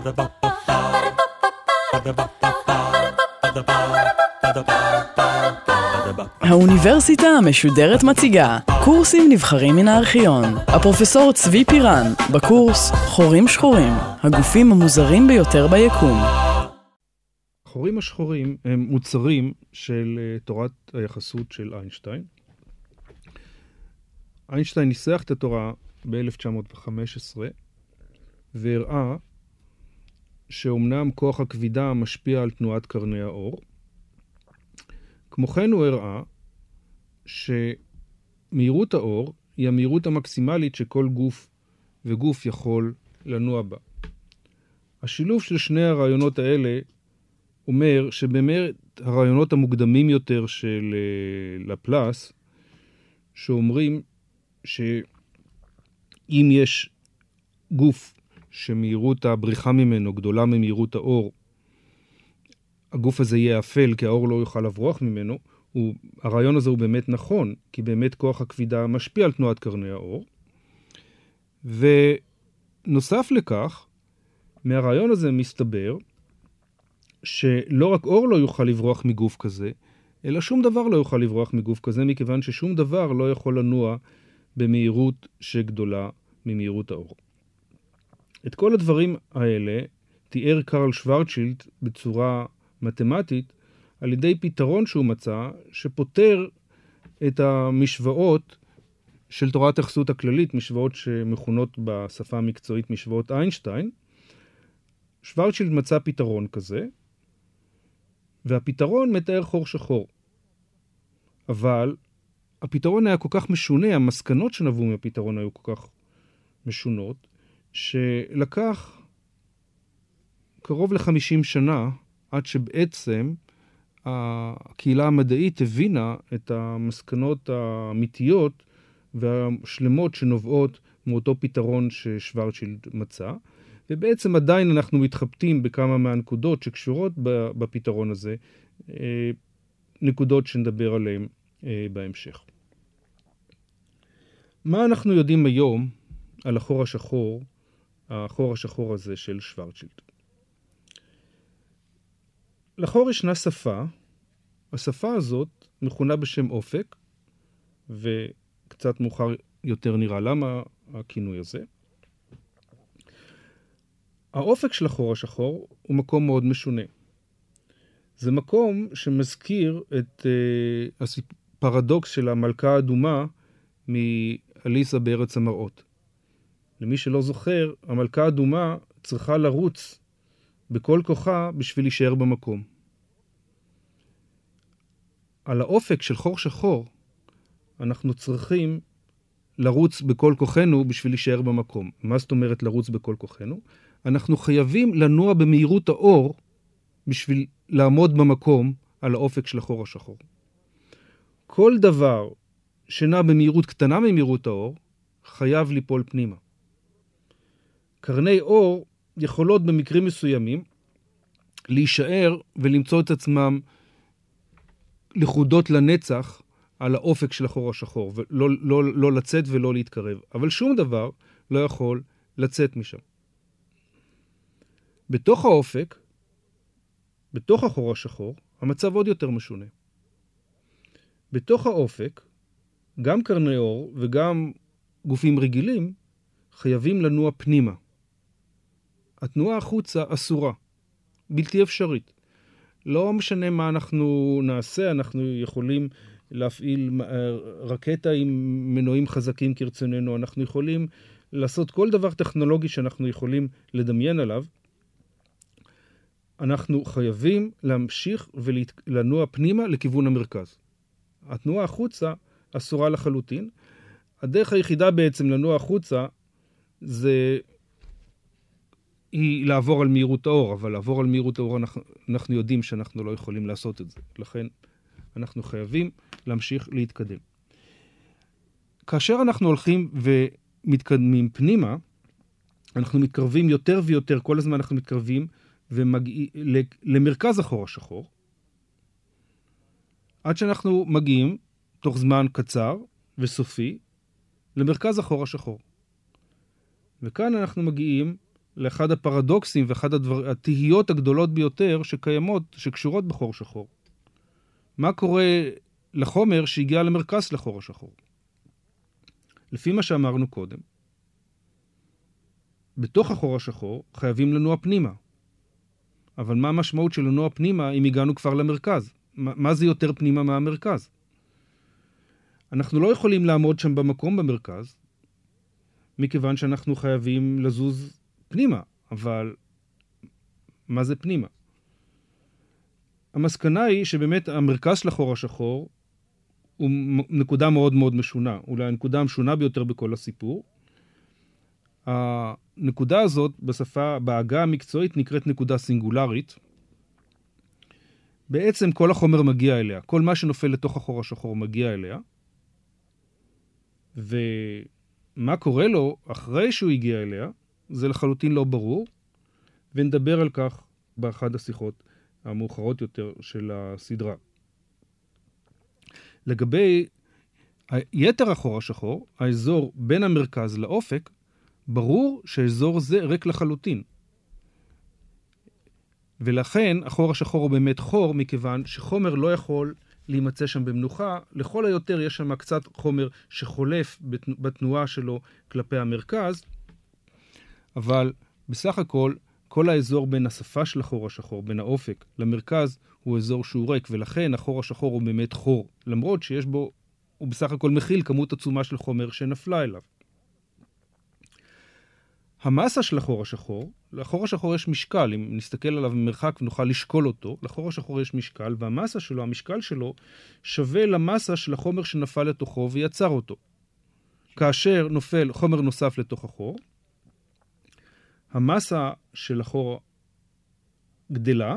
האוניברסיטה המשודרת מציגה קורסים נבחרים מן הארכיון. הפרופסור צבי פירן בקורס חורים שחורים, הגופים המוזרים ביותר ביקום. החורים השחורים הם מוצרים של תורת היחסות של איינשטיין. איינשטיין ניסח את התורה ב-1915 והראה שאומנם כוח הכבידה משפיע על תנועת קרני האור. כמו כן הוא הראה שמהירות האור היא המהירות המקסימלית שכל גוף וגוף יכול לנוע בה. השילוב של שני הרעיונות האלה אומר שבאמת הרעיונות המוקדמים יותר של לפלס, שאומרים שאם יש גוף שמהירות הבריחה ממנו גדולה ממהירות האור, הגוף הזה יהיה אפל כי האור לא יוכל לברוח ממנו, הרעיון הזה הוא באמת נכון, כי באמת כוח הכבידה משפיע על תנועת קרני האור. ונוסף לכך, מהרעיון הזה מסתבר שלא רק אור לא יוכל לברוח מגוף כזה, אלא שום דבר לא יוכל לברוח מגוף כזה, מכיוון ששום דבר לא יכול לנוע במהירות שגדולה ממהירות האור. את כל הדברים האלה תיאר קרל שוורצשילד בצורה מתמטית, על ידי פתרון שהוא מצא, שפותר את המשוואות של תורת היחסות הכללית, משוואות שמכונות בשפה המקצועית משוואות איינשטיין. שוורצשילד מצא פתרון כזה, והפתרון מתאר חור שחור. אבל הפתרון היה כל כך משונה, המסקנות שנבעו מהפתרון היו כל כך משונות, שלקח קרוב ל-50 שנה, עד שבעצם הקהילה המדעית הבינה את המסקנות האמיתיות והשלמות שנובעות מאותו פתרון ששוורצשילד מצא. ובעצם עדיין אנחנו מתחבטים בכמה מהנקודות שקשורות בפתרון הזה, נקודות שנדבר עליהן בהמשך. מה אנחנו יודעים היום על החור השחור הזה של שוורצשילד? לחור ישנה שפה, השפה הזאת מכונה בשם אופק, וקצת מאוחר יותר נראה למה הכינוי הזה. האופק של החור השחור הוא מקום מאוד משונה. זה מקום שמזכיר את הפרדוקס של המלכה האדומה מאליסה בארץ המראות. למי שלא זוכר, המלכה האדומה צריכה לרוץ בכל כוחה בשביל להישאר במקום. על האופק של חור שחור אנחנו צריכים לרוץ בכל כוחנו בשביל להישאר במקום. מה זאת אומרת לרוץ בכל כוחנו? אנחנו חייבים לנוע במהירות האור בשביל לעמוד במקום על האופק של החור השחור. כל דבר שנע במהירות קטנה ממהירות האור חייב ליפול פנימה. קרני אור יכולות במקרים מסוימים להישאר ולמצוא את עצמם לחודות לנצח על האופק של החור השחור, ולא לצאת ולא להתקרב. אבל שום דבר לא יכול לצאת משם. בתוך האופק, בתוך החור השחור, המצב עוד יותר משונה. בתוך האופק, גם קרני אור וגם גופים רגילים חייבים לנוע פנימה. התנועה החוצה אסורה, בלתי אפשרית. לא משנה מה אנחנו נעשה, אנחנו יכולים להפעיל רקטה עם מנועים חזקים כרצוננו, אנחנו יכולים לעשות כל דבר טכנולוגי שאנחנו יכולים לדמיין עליו. אנחנו חייבים להמשיך ולנוע פנימה לכיוון המרכז. התנועה החוצה אסורה לחלוטין. הדרך היחידה בעצם לנוע החוצה היא לעבור על מהירות האור, אבל לעבור על מהירות האור אנחנו יודעים שאנחנו לא יכולים לעשות את זה. לכן אנחנו חייבים להמשיך להתקדם. כאשר אנחנו הולכים ומתקדמים פנימה, אנחנו מתקרבים יותר ויותר, כל הזמן אנחנו מתקרבים למרכז החור השחור, עד שאנחנו מגיעים תוך זמן קצר וסופי למרכז החור השחור. וכאן אנחנו מגיעים לאחד הפרדוקסים ואחד התהיות הגדולות ביותר שקיימות, שקשורות בחור שחור. מה קורה לחומר שהגיע למרכז לחור השחור? לפי מה שאמרנו קודם, בתוך החור השחור חייבים לנוע פנימה. אבל מה המשמעות של לנוע פנימה אם הגענו כבר למרכז? מה זה יותר פנימה מהמרכז? אנחנו לא יכולים לעמוד שם במקום במרכז, מכיוון שאנחנו חייבים לזוז פנימה, אבל מה זה פנימה? המסקנה היא שבאמת המרכז של החור השחור הוא נקודה מאוד מאוד משונה, אולי הנקודה המשונה ביותר בכל הסיפור. הנקודה הזאת בעגה המקצועית נקראת נקודה סינגולרית. בעצם כל החומר מגיע אליה, כל מה שנופל לתוך החור השחור מגיע אליה, ומה קורה לו אחרי שהוא הגיע אליה, זה לחלוטין לא ברור, ונדבר על כך באחד השיחות המאוחרות יותר של הסדרה. לגבי יתר החור השחור, האזור בין המרכז לאופק, ברור שהאזור זה ריק לחלוטין. ולכן החור השחור הוא באמת חור, מכיוון שחומר לא יכול להימצא שם במנוחה. לכל היותר יש שם קצת חומר שחולף בתנועה שלו כלפי המרכז, אבל בסך הכל, כל האזור בין השפה של החור השחור, בין האופק למרכז, הוא אזור שהוא ריק, ולכן החור השחור הוא באמת חור, למרות שיש בו, הוא בסך הכל מכיל כמות עצומה של חומר שנפלה אליו. המסה של החור השחור, לחור השחור יש משקל, אם נסתכל עליו ממרחק ונוכל לשקול אותו, לחור השחור יש משקל, והמסה שלו, המשקל שלו, שווה למסה של החומר שנפל לתוכו ויצר אותו. כאשר נופל חומר נוסף לתוך החור, המסה של החור גדלה,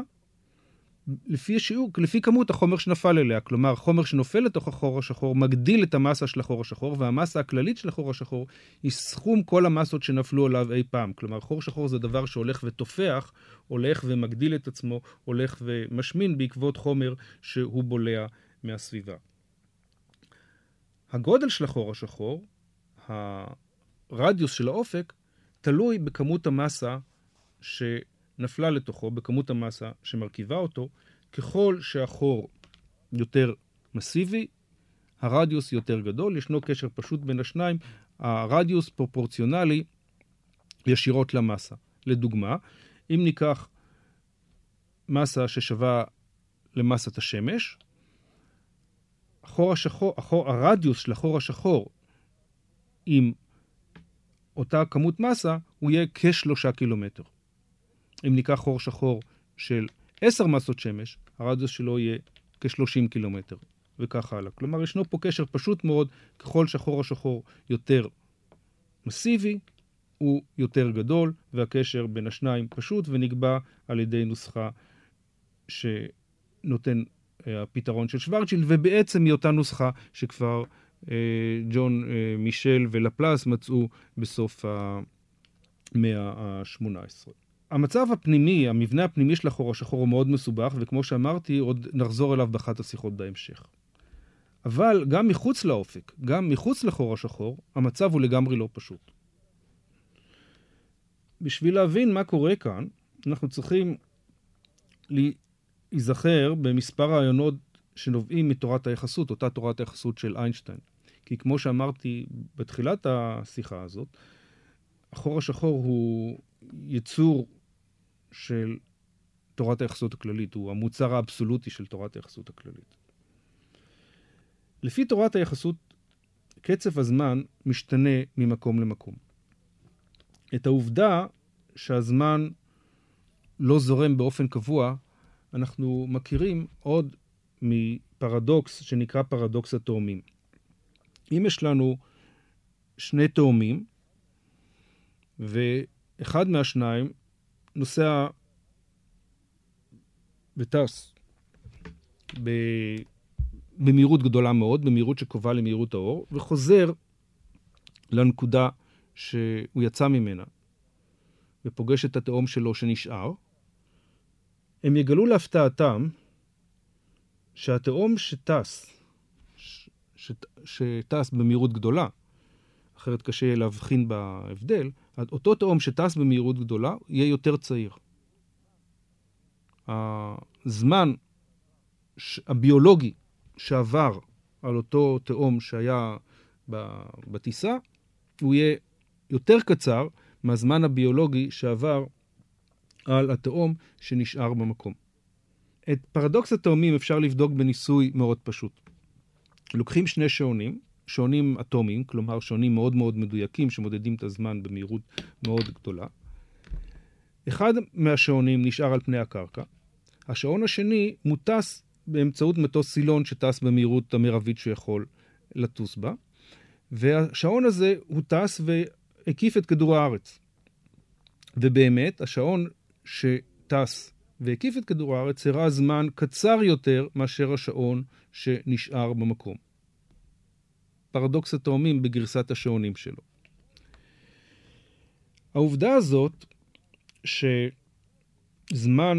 לפי כמות החומר שנפל אליה. כלומר, חומר שנופל לתוך החור השחור מגדיל את המסה של החור השחור, והמסה הכללית של החור השחור היא סכום כל המסות שנפלו עליו אי פעם. כלומר, חור שחור זה דבר שהולך ותופח, הולך ומגדיל את עצמו, הולך ומשמין בעקבות חומר שהוא בולע מהסביבה. הגודל של החור השחור, הרדיוס של האופק, תלוי בכמות המסה שנפלה לתוכו, בכמות המסה שמרכיבה אותו. ככל שהחור יותר מסיבי, הרדיוס יותר גדול. ישנו קשר פשוט בין השניים. הרדיוס פרופורציונלי ישירות למסה. לדוגמה, אם ניקח מסה ששווה למסת השמש, הרדיוס של החור השחור עם אותה כמות מסה, הוא יהיה כ3 קילומטר. אם ניקח חור שחור של 10 מסות שמש, הרדיוס שלו יהיה כ30 קילומטר, וכך הלאה. כלומר, ישנו פה קשר פשוט מאוד, ככל שהחור השחור יותר מסיבי, הוא יותר גדול, והקשר בין השניים פשוט, ונקבע על ידי נוסחה שנותן הפתרון של שוורצ'ילד, ובעצם היא אותה נוסחה שכבר ג'ון מישל ולפלס מצאו בסוף המאה ה-18. המצב הפנימי, המבנה הפנימי של החור השחור הוא מאוד מסובך, וכמו שאמרתי, עוד נחזור אליו באחת השיחות בהמשך. אבל גם מחוץ לאופק, גם מחוץ לחור השחור, המצב הוא לגמרי לא פשוט. בשביל להבין מה קורה כאן, אנחנו צריכים להיזכר במספר רעיונות שנובעים מתורת היחסות, אותה תורת היחסות של איינשטיין. כי כמו שאמרתי בתחילת השיחה הזאת, החור השחור הוא יצור של תורת היחסות הכללית, הוא המוצר האבסולוטי של תורת היחסות הכללית. לפי תורת היחסות, קצב הזמן משתנה ממקום למקום. את העובדה שהזמן לא זורם באופן קבוע, אנחנו מכירים עוד מפרדוקס שנקרא פרדוקס התאומים. אם יש לנו שני תאומים, ואחד מהשניים נוסע וטס במהירות גדולה מאוד, במהירות שקרובה למהירות האור, וחוזר לנקודה שהוא יצא ממנה, ופוגש את התאום שלו שנשאר, הם יגלו להפתעתם שהתאום שטס במהירות גדולה, אחרת קשה להבחין בהבדל, אותו תאום שטס במהירות גדולה יהיה יותר צעיר. הזמן הביולוגי שעבר על אותו תאום שהיה בטיסה, הוא יהיה יותר קצר מהזמן הביולוגי שעבר על התאום שנשאר במקום. את פרדוקס התאומים אפשר לבדוק בניסוי מאוד פשוט. לוקחים שני שעונים אטומיים, כלומר שעונים מאוד מאוד מדויקים שמודדים את הזמן במהירות מאוד גדולה. אחד מהשעונים נשאר על פני הקרקע. השעון השני מוטס באמצעות מטוס סילון שטס במהירות המרבית שיכול לטוס בה. והשעון הזה הוא טס והקיף את כדור הארץ. ובאמת, השעון שטס והקיף את כדור הארץ הראה זמן קצר יותר מאשר השעון שנשאר במקום. פרדוקס התאומים בגרסת השעונים שלו. העובדה הזאת שזמן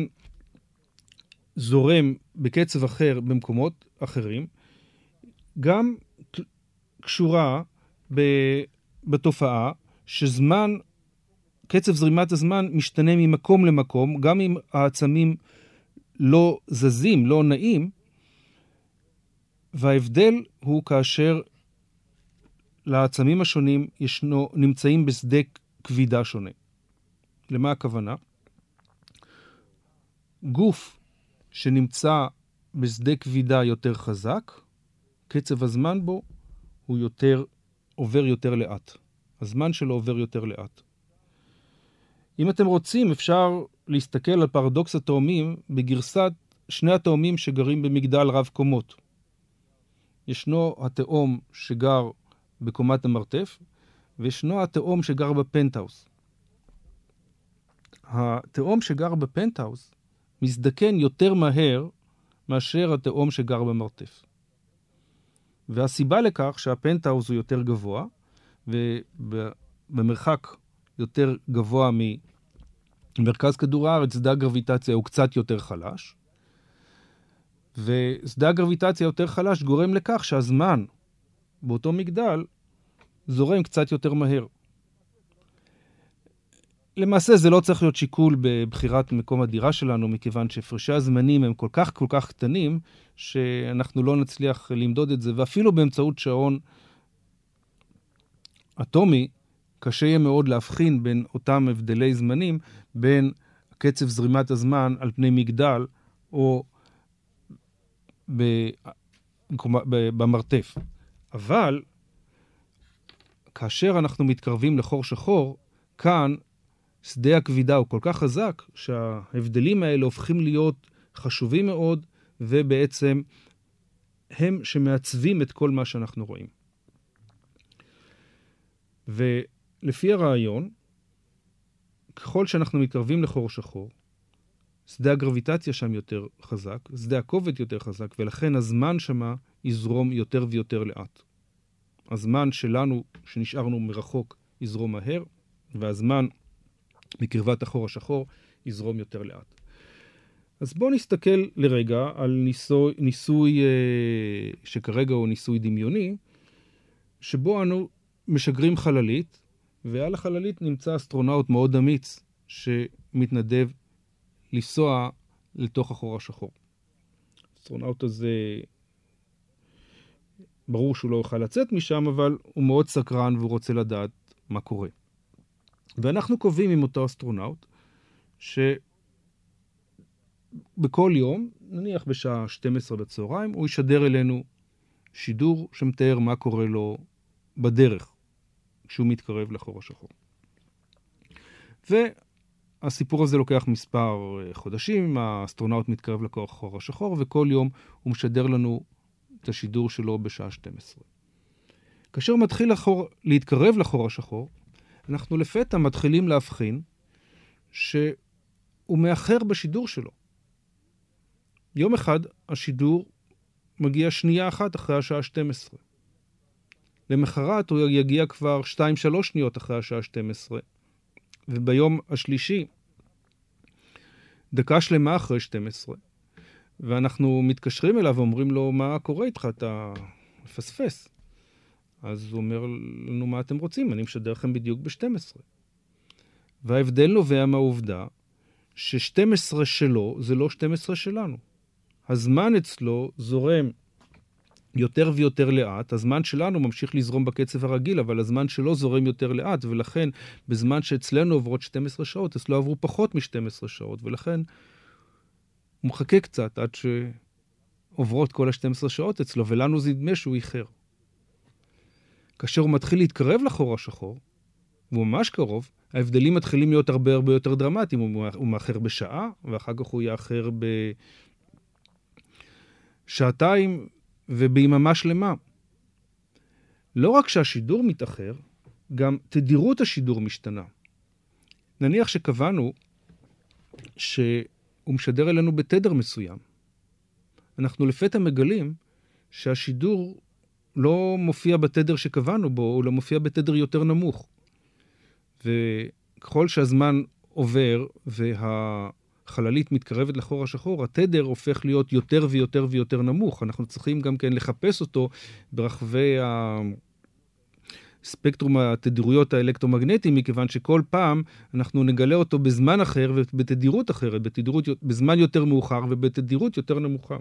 זורם בקצב אחר במקומות אחרים, גם קשורה בתופעה שזמן, קצב זרימת הזמן משתנה ממקום למקום, גם אם העצמים לא זזים, לא נעים, וההבדל הוא כאשר לעצמים השונים נמצאים בשדה כבידה שונה. למה הכוונה? גוף שנמצא בשדה כבידה יותר חזק, קצב הזמן בו הוא עובר יותר לאט. הזמן שלו עובר יותר לאט. אם אתם רוצים, אפשר להסתכל על פרדוקס התאומים בגרסת שני התאומים שגרים במגדל רב קומות. ישנו התאום שגר בקומת המרתף, וישנו התאום שגר בפנטהאוס. התאום שגר בפנטהאוס מזדקן יותר מהר מאשר התאום שגר במרתף. והסיבה לכך שהפנטהאוס הוא יותר גבוה, ובמרחק יותר גבוה ממרכז כדור הארץ, שדה הגרביטציה הוא קצת יותר חלש, ושדה הגרביטציה יותר חלש גורם לכך שהזמן באותו מגדל זורם קצת יותר מהר. למעשה זה לא צריך להיות שיקול בבחירת מקום הדירה שלנו, מכיוון שהפרשי הזמנים הם כל כך קטנים, שאנחנו לא נצליח למדוד את זה, ואפילו באמצעות שעון אטומי, קשה יהיה מאוד להבחין בין אותם הבדלי זמנים, בין קצב זרימת הזמן על פני מגדל, או במרתף. אבל, כאשר אנחנו מתקרבים לחור שחור, כאן שדה הכבידה הוא כל כך חזק, שההבדלים האלה הופכים להיות חשובים מאוד, ובעצם הם שמעצבים את כל מה שאנחנו רואים. ולפי הרעיון, ככל שאנחנו מתקרבים לחור שחור, שדה הגרביטציה שם יותר חזק, שדה הכובד יותר חזק, ולכן הזמן שמה יזרום יותר ויותר לאט. הזמן שלנו, שנשארנו מרחוק, יזרום מהר, והזמן מקרבת החור השחור יזרום יותר לאט. אז בואו נסתכל לרגע על ניסוי שכרגע הוא ניסוי דמיוני, שבו אנו משגרים חללית, ועל החללית נמצא אסטרונאוט מאוד אמיץ שמתנדב לנסוע לתוך החור השחור. האסטרונאוט הזה, ברור שהוא לא יוכל לצאת משם, אבל הוא מאוד סקרן והוא רוצה לדעת מה קורה. ואנחנו קובעים עם אותו אסטרונאוט שבכל יום, נניח בשעה 12 בצהריים, הוא ישדר אלינו שידור שמתאר מה קורה לו בדרך כשהוא מתקרב לחור השחור. והסיפור הזה לוקח מספר חודשים, האסטרונאוט מתקרב לחור השחור, וכל יום הוא משדר לנו את השידור שלו בשעה 12. כאשר הוא מתחיל להתקרב לחור השחור, אנחנו לפתע מתחילים להבחין שהוא מאחר בשידור שלו. יום אחד השידור מגיע שנייה אחת אחרי השעה 12. למחרת הוא יגיע כבר 2-3 שניות אחרי השעה 12. וביום השלישי, דקה שלמה אחרי 12. ואנחנו מתקשרים אליו ואומרים לו, מה קורה איתך? אתה מפספס. אז הוא אומר לנו, מה אתם רוצים? אני משדר לכם בדיוק ב-12. וההבדל נובע מהעובדה ש-12 שלו זה לא 12 שלנו. הזמן אצלו זורם יותר ויותר לאט, הזמן שלנו ממשיך לזרום בקצב הרגיל, אבל הזמן שלו זורם יותר לאט, ולכן בזמן שאצלנו עוברות 12 שעות, אצלו עברו פחות מ-12 שעות, ולכן הוא מחכה קצת עד שעוברות כל ה-12 שעות אצלו, ולנו זה נדמה שהוא איחר. כאשר הוא מתחיל להתקרב לחור השחור, והוא ממש קרוב, ההבדלים מתחילים להיות הרבה הרבה יותר דרמטיים. הוא מאחר בשעה, ואחר כך הוא יאחר בשעתיים וביממה שלמה. לא רק שהשידור מתאחר, גם תדירות השידור משתנה. נניח שקבענו שהוא משדר אלינו בתדר מסוים. אנחנו לפתע מגלים שהשידור לא מופיע בתדר שקבענו בו, הוא לא מופיע בתדר יותר נמוך. וככל שהזמן עובר והחללית מתקרבת לחור השחור, התדר הופך להיות יותר ויותר ויותר נמוך. אנחנו צריכים גם כן לחפש אותו ברחבי הספקטרום התדירויות האלקטרומגנטיים, מכיוון שכל פעם אנחנו נגלה אותו בזמן אחר ובתדירות אחרת, בזמן יותר מאוחר ובתדירות יותר נמוכה.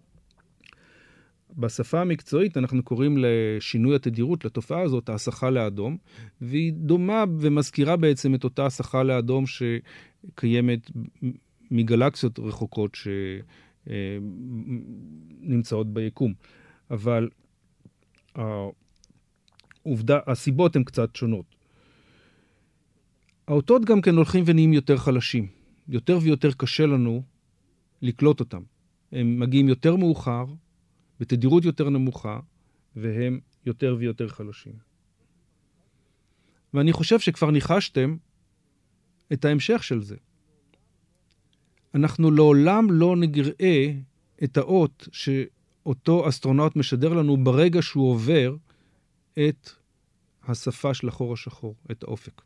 בשפה המקצועית אנחנו קוראים לשינוי התדירות, לתופעה הזאת, ההסחה לאדום, והיא דומה ומזכירה בעצם את אותה הסחה לאדום שקיימת מגלקסיות רחוקות שנמצאות ביקום. אבל הסיבות הן קצת שונות. האותות גם כן הולכים ונהיים יותר חלשים. יותר ויותר קשה לנו לקלוט אותם. הם מגיעים יותר מאוחר, בתדירות יותר נמוכה, והם יותר ויותר חלשים. ואני חושב שכבר ניחשתם את ההמשך של זה. אנחנו לעולם לא נגראה את האות שאותו אסטרונאוט משדר לנו ברגע שהוא עובר את השפה של החור השחור, את האופק.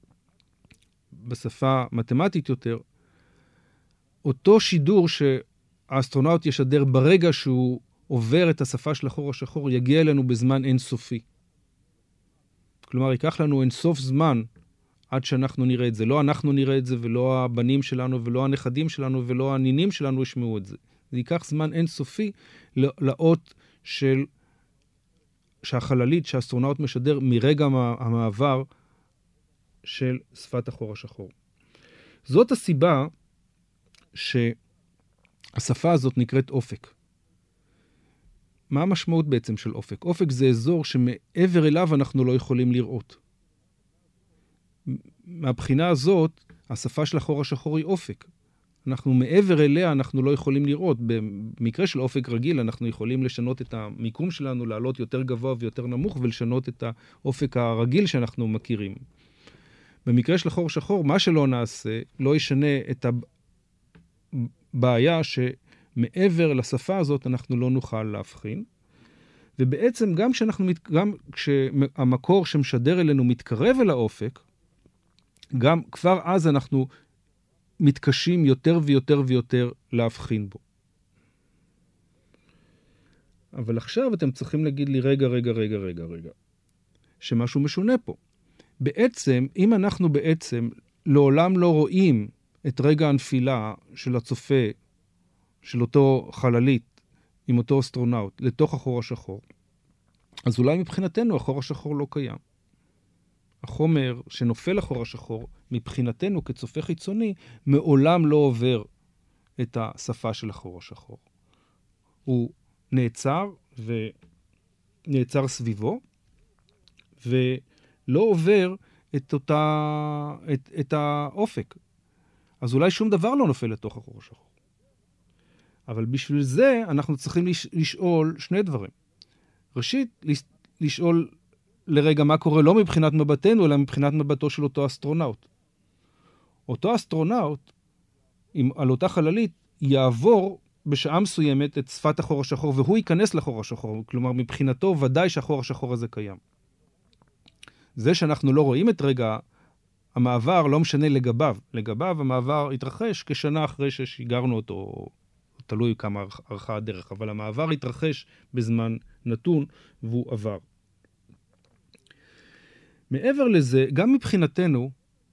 בשפה מתמטית יותר, אותו שידור שהאסטרונאוט ישדר ברגע שהוא עובר את השפה של החור השחור, יגיע אלינו בזמן אינסופי. כלומר, ייקח לנו אינסוף זמן עד שאנחנו נראה את זה. לא אנחנו נראה את זה, ולא הבנים שלנו, ולא הנכדים שלנו, ולא הנינים שלנו ישמעו את זה. זה ייקח זמן אינסופי לאות שהחללית, שהאסטרונאוט משדר מרגע המעבר של שפת החור השחור. זאת הסיבה שהשפה הזאת נקראת אופק. מה המשמעות בעצם של אופק? אופק זה אזור שמעבר אליו אנחנו לא יכולים לראות. מהבחינה הזאת, השפה של החור השחור היא אופק. אנחנו מעבר אליה, אנחנו לא יכולים לראות. במקרה של אופק רגיל, אנחנו יכולים לשנות את המיקום שלנו, לעלות יותר גבוה ויותר נמוך, ולשנות את האופק הרגיל שאנחנו מכירים. במקרה של החור השחור, מה שלא נעשה, לא ישנה את הבעיה מעבר לשפה הזאת אנחנו לא נוכל להבחין, ובעצם גם כשהמקור שמשדר אלינו מתקרב אל האופק, גם כבר אז אנחנו מתקשים יותר ויותר ויותר להבחין בו. אבל עכשיו אתם צריכים להגיד לי רגע, שמשהו משונה פה. בעצם, אם אנחנו בעצם לעולם לא רואים את רגע הנפילה של הצופה, של אותו חללית עם אותו אסטרונאוט לתוך החור השחור, אז אולי מבחינתנו החור השחור לא קיים. החומר שנופל לחור השחור, מבחינתנו כצופה חיצוני, מעולם לא עובר את השפה של החור השחור. הוא נעצר סביבו, ולא עובר את האופק. אז אולי שום דבר לא נופל לתוך החור השחור. אבל בשביל זה אנחנו צריכים לשאול שני דברים. ראשית, לשאול לרגע מה קורה לא מבחינת מבטנו, אלא מבחינת מבטו של אותו אסטרונאוט. אותו אסטרונאוט, על אותה חללית, יעבור בשעה מסוימת את שפת החור השחור, והוא ייכנס לחור השחור. כלומר, מבחינתו ודאי שהחור השחור הזה קיים. זה שאנחנו לא רואים את רגע המעבר לא משנה לגביו. לגביו המעבר התרחש כשנה אחרי ששיגרנו אותו, תלוי כמה ארכה הדרך, אבל המעבר התרחש בזמן נתון והוא עבר. מעבר לזה, גם מבחינתנו,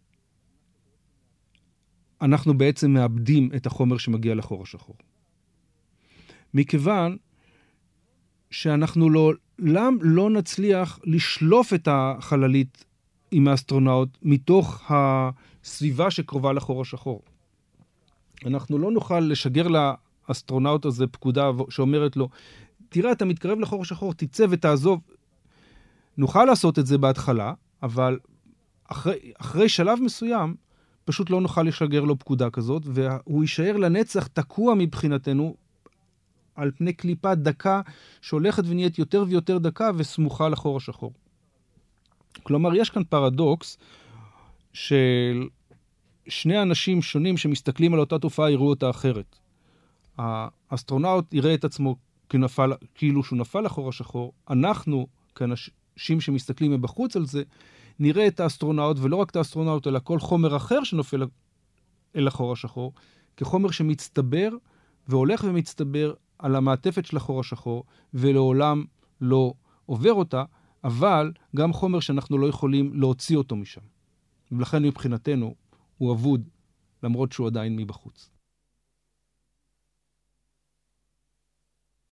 אנחנו בעצם מאבדים את החומר שמגיע לחור השחור. מכיוון שאנחנו לא נצליח לשלוף את החללית עם האסטרונאוט מתוך הסביבה שקרובה לחור השחור. אנחנו לא נוכל לשגר לאסטרונאוט הזה פקודה שאומרת לו, תראה, אתה מתקרב לחור השחור, תצא ותעזוב. נוכל לעשות את זה בהתחלה, אבל אחרי שלב מסוים, פשוט לא נוכל לשגר לו פקודה כזאת, והוא יישאר לנצח תקוע מבחינתנו, על פני קליפה דקה, שהולכת ונהיית יותר ויותר דקה, וסמוכה לחור השחור. כלומר, יש כאן פרדוקס, של שני אנשים שונים שמסתכלים על אותה תופעה, יראו אותה אחרת. האסטרונאוט יראה את עצמו כאילו שהוא נפל לחור השחור, אנחנו, כאנשים שמסתכלים מבחוץ על זה, נראה את האסטרונאוט, ולא רק את האסטרונאוט, אלא כל חומר אחר שנופל אל החור השחור, כחומר שמצטבר והולך ומצטבר על המעטפת של החור השחור, ולעולם לא עובר אותה, אבל גם חומר שאנחנו לא יכולים להוציא אותו משם. ולכן מבחינתנו הוא אבוד, למרות שהוא עדיין מבחוץ.